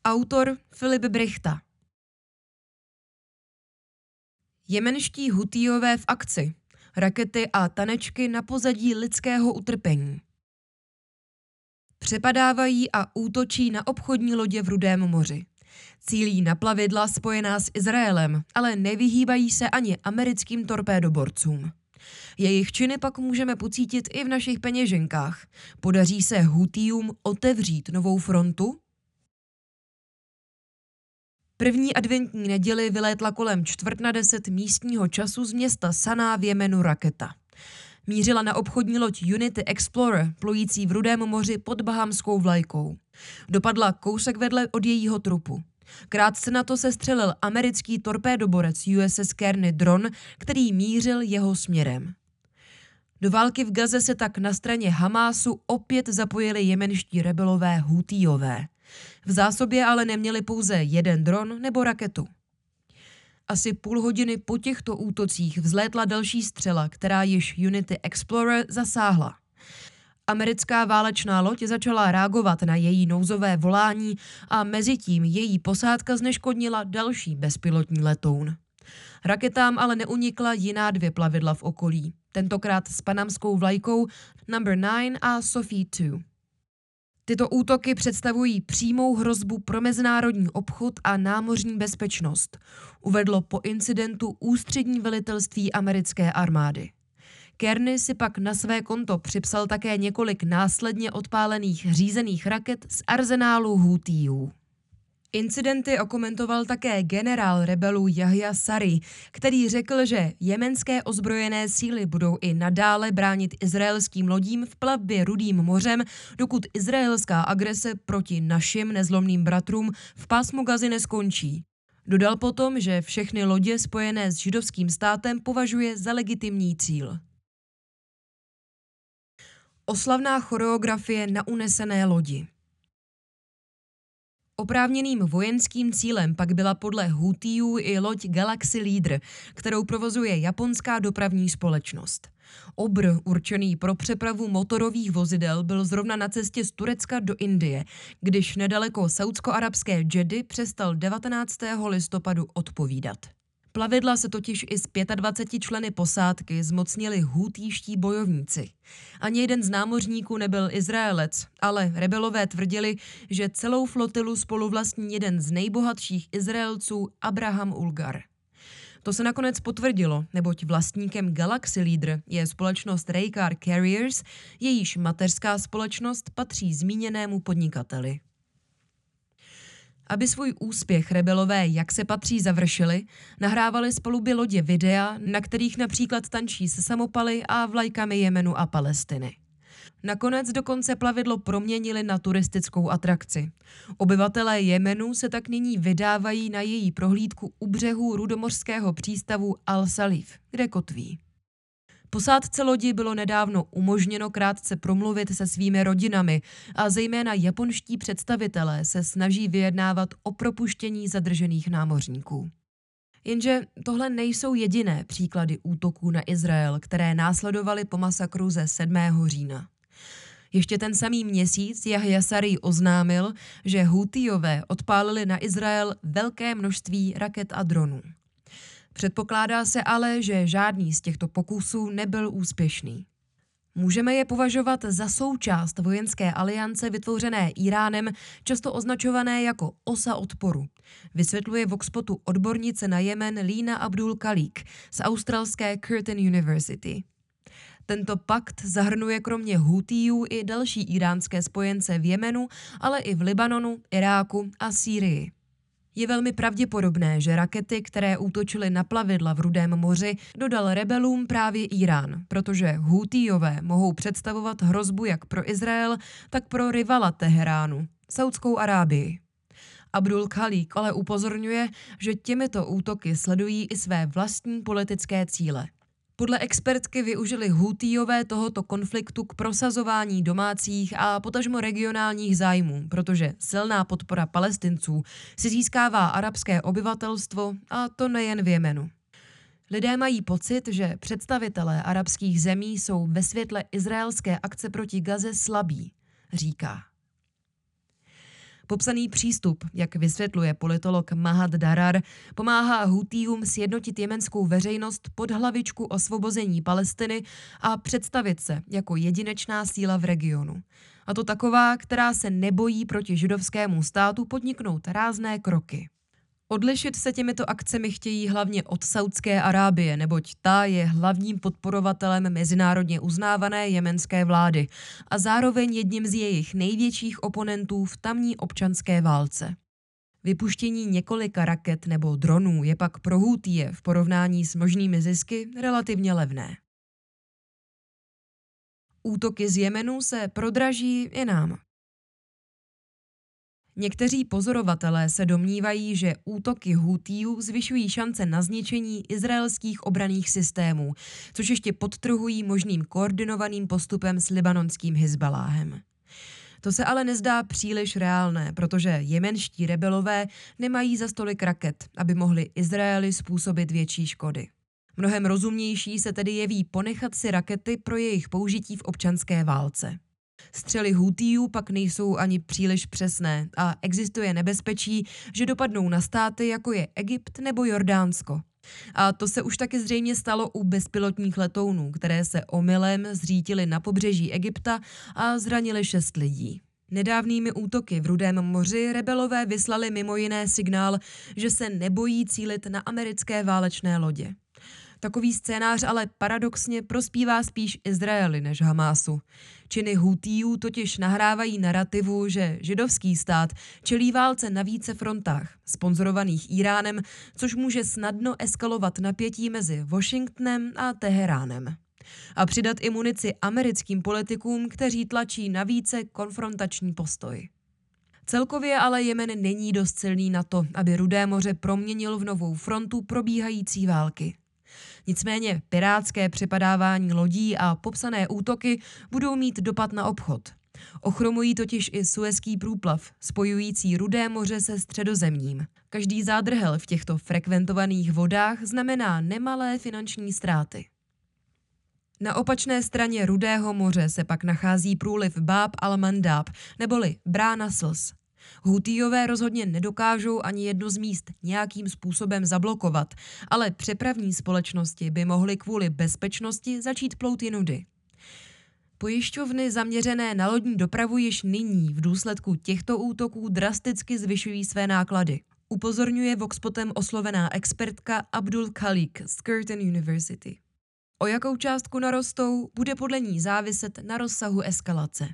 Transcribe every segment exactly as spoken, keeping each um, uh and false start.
Autor Filip Brychta. Jemenští Hutijové v akci. Rakety a tanečky na pozadí lidského utrpení. Přepadávají a útočí na obchodní lodě v Rudém moři. Cílí na plavidla spojená s Izraelem, ale nevyhýbají se ani americkým torpédoborcům. Jejich činy pak můžeme pocítit i v našich peněženkách. Podaří se Hutijům otevřít novou frontu? První adventní neděli vylétla kolem čtvrt na deset místního času z města Saná v Jemenu raketa. Mířila na obchodní loď Unity Explorer, plující v Rudém moři pod bahamskou vlajkou. Dopadla kousek vedle od jejího trupu. Krátce na to se střelil americký torpédoborec U S S Kearny dron, který mířil jeho směrem. Do války v Gaze se tak na straně Hamásu opět zapojili jemenští rebelové Hutijové. V zásobě ale neměli pouze jeden dron nebo raketu. Asi půl hodiny po těchto útocích vzlétla další střela, která již Unity Explorer zasáhla. Americká válečná loď začala reagovat na její nouzové volání a mezitím její posádka zneškodnila další bezpilotní letoun. Raketám ale neunikla jiná dvě plavidla v okolí, tentokrát s panamskou vlajkou Number nine a Sophie two. Tyto útoky představují přímou hrozbu pro mezinárodní obchod a námořní bezpečnost, uvedlo po incidentu ústřední velitelství americké armády. Kearny si pak na své konto připsal také několik následně odpálených řízených raket z arzenálu Hutijů. Incidenty okomentoval také generál rebelů Jahja Sari, který řekl, že jemenské ozbrojené síly budou i nadále bránit izraelským lodím v plavbě Rudým mořem, dokud izraelská agrese proti našim nezlomným bratrům v pásmu Gazy neskončí. Dodal potom, že všechny lodě spojené s židovským státem považuje za legitimní cíl. Oslavná choreografie na unesené lodi. Oprávněným vojenským cílem pak byla podle Hutijů i loď Galaxy Leader, kterou provozuje japonská dopravní společnost. Obr, určený pro přepravu motorových vozidel, byl zrovna na cestě z Turecka do Indie, když nedaleko saúdsko-arabské Džedy přestal devatenáctého listopadu odpovídat. Plavidla se totiž i z dvaceti pěti členy posádky zmocnili hutijští bojovníci. Ani jeden z námořníků nebyl Izraelec, ale rebelové tvrdili, že celou flotilu spoluvlastní jeden z nejbohatších Izraelců Abraham Ulgar. To se nakonec potvrdilo, neboť vlastníkem Galaxy Leader je společnost Raycar Carriers, jejíž mateřská společnost patří zmíněnému podnikateli. Aby svůj úspěch rebelové jak se patří završili, nahrávali z paluby lodě videa, na kterých například tančí se samopaly a vlajkami Jemenu a Palestiny. Nakonec dokonce plavidlo proměnili na turistickou atrakci. Obyvatelé Jemenu se tak nyní vydávají na její prohlídku u břehu rudomořského přístavu Al-Salif, kde kotví. Posádce lodi bylo nedávno umožněno krátce promluvit se svými rodinami a zejména japonští představitelé se snaží vyjednávat o propuštění zadržených námořníků. Jenže tohle nejsou jediné příklady útoků na Izrael, které následovaly po masakru ze sedmého října. Ještě ten samý měsíc Jahja Sari oznámil, že Hutijové odpálili na Izrael velké množství raket a dronů. Předpokládá se ale, že žádný z těchto pokusů nebyl úspěšný. Můžeme je považovat za součást vojenské aliance vytvořené Íránem, často označované jako osa odporu, vysvětluje Voxpotu odbornice na Jemen Lína Abdul Khalik z australské Curtin University. Tento pakt zahrnuje kromě Hutijů i další íránské spojence v Jemenu, ale i v Libanonu, Iráku a Sýrii. Je velmi pravděpodobné, že rakety, které útočily na plavidla v Rudém moři, dodal rebelům právě Írán, protože Hutijové mohou představovat hrozbu jak pro Izrael, tak pro rivala Teheránu, Saudskou Arábii. Abdul Khalik ale upozorňuje, že těmito útoky sledují i své vlastní politické cíle. Podle expertky využili Hutijové tohoto konfliktu k prosazování domácích a potažmo regionálních zájmů, protože silná podpora Palestinců si získává arabské obyvatelstvo, a to nejen v Jemenu. Lidé mají pocit, že představitelé arabských zemí jsou ve světle izraelské akce proti Gaze slabí, říká. Popsaný přístup, jak vysvětluje politolog Mahat Darar, pomáhá Hutijům sjednotit jemenskou veřejnost pod hlavičku osvobození Palestiny a představit se jako jedinečná síla v regionu. A to taková, která se nebojí proti židovskému státu podniknout rázné kroky. Odlišit se těmito akcemi chtějí hlavně od Saudské Arábie, neboť ta je hlavním podporovatelem mezinárodně uznávané jemenské vlády a zároveň jedním z jejich největších oponentů v tamní občanské válce. Vypuštění několika raket nebo dronů je pak pro Hutije v porovnání s možnými zisky relativně levné. Útoky z Jemenu se prodraží i nám. Někteří pozorovatelé se domnívají, že útoky Hutijů zvyšují šance na zničení izraelských obranných systémů, což ještě podtrhují možným koordinovaným postupem s libanonským Hizbaláhem. To se ale nezdá příliš reálné, protože jemenští rebelové nemají za stolik raket, aby mohli Izraeli způsobit větší škody. Mnohem rozumnější se tedy jeví ponechat si rakety pro jejich použití v občanské válce. Střely Hutijů pak nejsou ani příliš přesné a existuje nebezpečí, že dopadnou na státy, jako je Egypt nebo Jordánsko. A to se už taky zřejmě stalo u bezpilotních letounů, které se omylem zřítily na pobřeží Egypta a zranili šest lidí. Nedávnými útoky v Rudém moři rebelové vyslali mimo jiné signál, že se nebojí cílit na americké válečné lodě. Takový scénář ale paradoxně prospívá spíš Izraeli než Hamásu. Činy Hutijů totiž nahrávají narrativu, že židovský stát čelí válce na více frontách, sponzorovaných Íránem, což může snadno eskalovat napětí mezi Washingtonem a Teheránem. A přidat i munici americkým politikům, kteří tlačí na více konfrontační postoj. Celkově ale Jemen není dost silný na to, aby Rudé moře proměnil v novou frontu probíhající války. Nicméně pirátské přepadávání lodí a popsané útoky budou mít dopad na obchod. Ochromují totiž i Suezský průplav, spojující Rudé moře se Středozemním. Každý zádrhel v těchto frekventovaných vodách znamená nemalé finanční ztráty. Na opačné straně Rudého moře se pak nachází průliv Báb al-Mandab, neboli Brána slz. Hutijové rozhodně nedokážou ani jedno z míst nějakým způsobem zablokovat, ale přepravní společnosti by mohly kvůli bezpečnosti začít plout jinudy. Pojišťovny zaměřené na lodní dopravu již nyní v důsledku těchto útoků drasticky zvyšují své náklady. Upozorňuje Voxpotem oslovená expertka Abdul Khalik z Curtin University. O jakou částku narostou, bude podle ní záviset na rozsahu eskalace.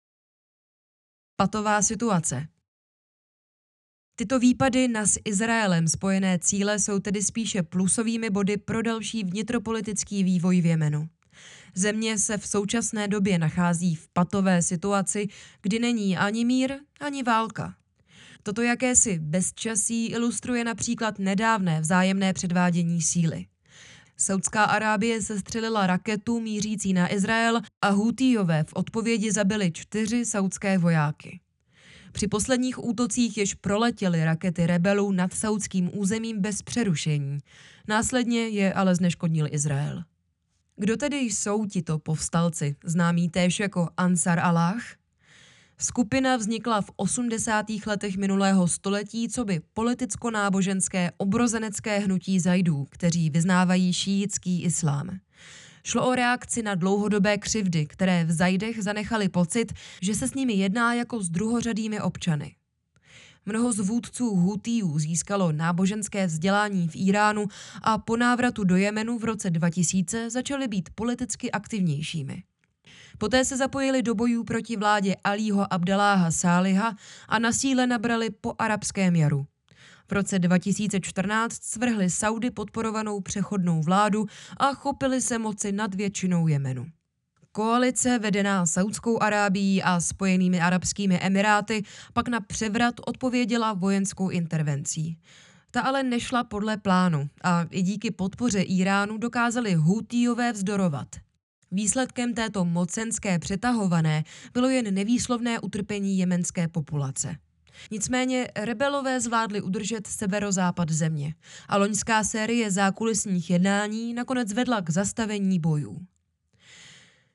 Patová situace. Tyto výpady na s Izraelem spojené cíle jsou tedy spíše plusovými body pro další vnitropolitický vývoj v Jemenu. Země se v současné době nachází v patové situaci, kdy není ani mír, ani válka. Toto jakési bezčasí ilustruje například nedávné vzájemné předvádění síly. Saudská Arábie sestřelila raketu mířící na Izrael a Hutijové v odpovědi zabili čtyři saudské vojáky. Při posledních útocích již proletěly rakety rebelů nad saudským územím bez přerušení. Následně je ale zneškodnil Izrael. Kdo tedy jsou tito povstalci, známí též jako Ansar Allah? Skupina vznikla v osmdesátých letech minulého století coby politicko-náboženské obrozenecké hnutí zajdů, kteří vyznávají šíitský islám. Šlo o reakci na dlouhodobé křivdy, které v zajdech zanechaly pocit, že se s nimi jedná jako s druhořadými občany. Mnoho z vůdců Hutijů získalo náboženské vzdělání v Íránu a po návratu do Jemenu v roce dva tisíce začaly být politicky aktivnějšími. Poté se zapojili do bojů proti vládě Alího Abdaláha Sáliha a na síle nabrali po arabském jaru. V roce dva tisíce čtrnáct svrhli Saudy podporovanou přechodnou vládu a chopili se moci nad většinou Jemenu. Koalice vedená Saudskou Arábií a Spojenými arabskými emiráty pak na převrat odpověděla vojenskou intervencí. Ta ale nešla podle plánu a i díky podpoře Íránu dokázali Hutijové vzdorovat. Výsledkem této mocenské přetahované bylo jen nevýslovné utrpení jemenské populace. Nicméně rebelové zvládli udržet severozápad země a loňská série zákulisních jednání nakonec vedla k zastavení bojů.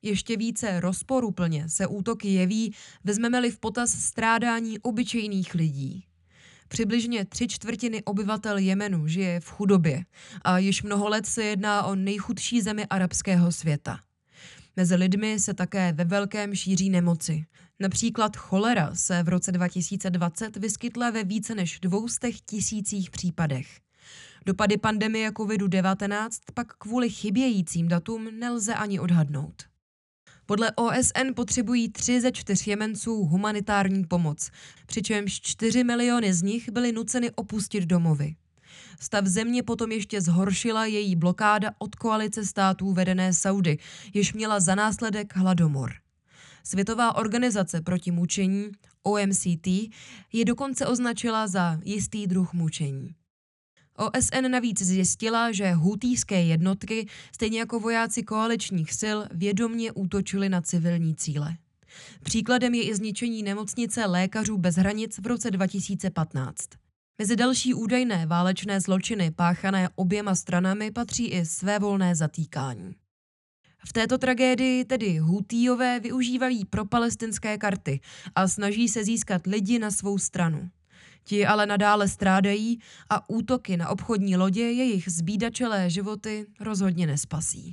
Ještě více rozporuplně se útoky jeví, vezmeme-li v potaz strádání obyčejných lidí. Přibližně tři čtvrtiny obyvatel Jemenu žije v chudobě a již mnoho let se jedná o nejchudší zemi arabského světa. Mezi lidmi se také ve velkém šíří nemoci. Například cholera se v roce dva tisíce dvacet vyskytla ve více než dvou stech tisících případech. Dopady pandemie kovidu devatenáct pak kvůli chybějícím datům nelze ani odhadnout. Podle O S N potřebují tři ze čtyř Jemenců humanitární pomoc, přičemž čtyři miliony z nich byly nuceny opustit domovy. Stav země potom ještě zhoršila její blokáda od koalice států vedené Saudy, jež měla za následek hladomor. Světová organizace proti mučení, O M C T, je dokonce označila za jistý druh mučení. O S N navíc zjistila, že hutijské jednotky, stejně jako vojáci koaličních sil, vědomě útočili na civilní cíle. Příkladem je i zničení nemocnice Lékařů bez hranic v roce dva tisíce patnáct. Mezi další údajné válečné zločiny páchané oběma stranami patří i svévolné zatýkání. V této tragédii tedy Hutijové využívají propalestinské karty a snaží se získat lidi na svou stranu. Ti ale nadále strádají a útoky na obchodní lodě jejich zbídačelé životy rozhodně nespasí.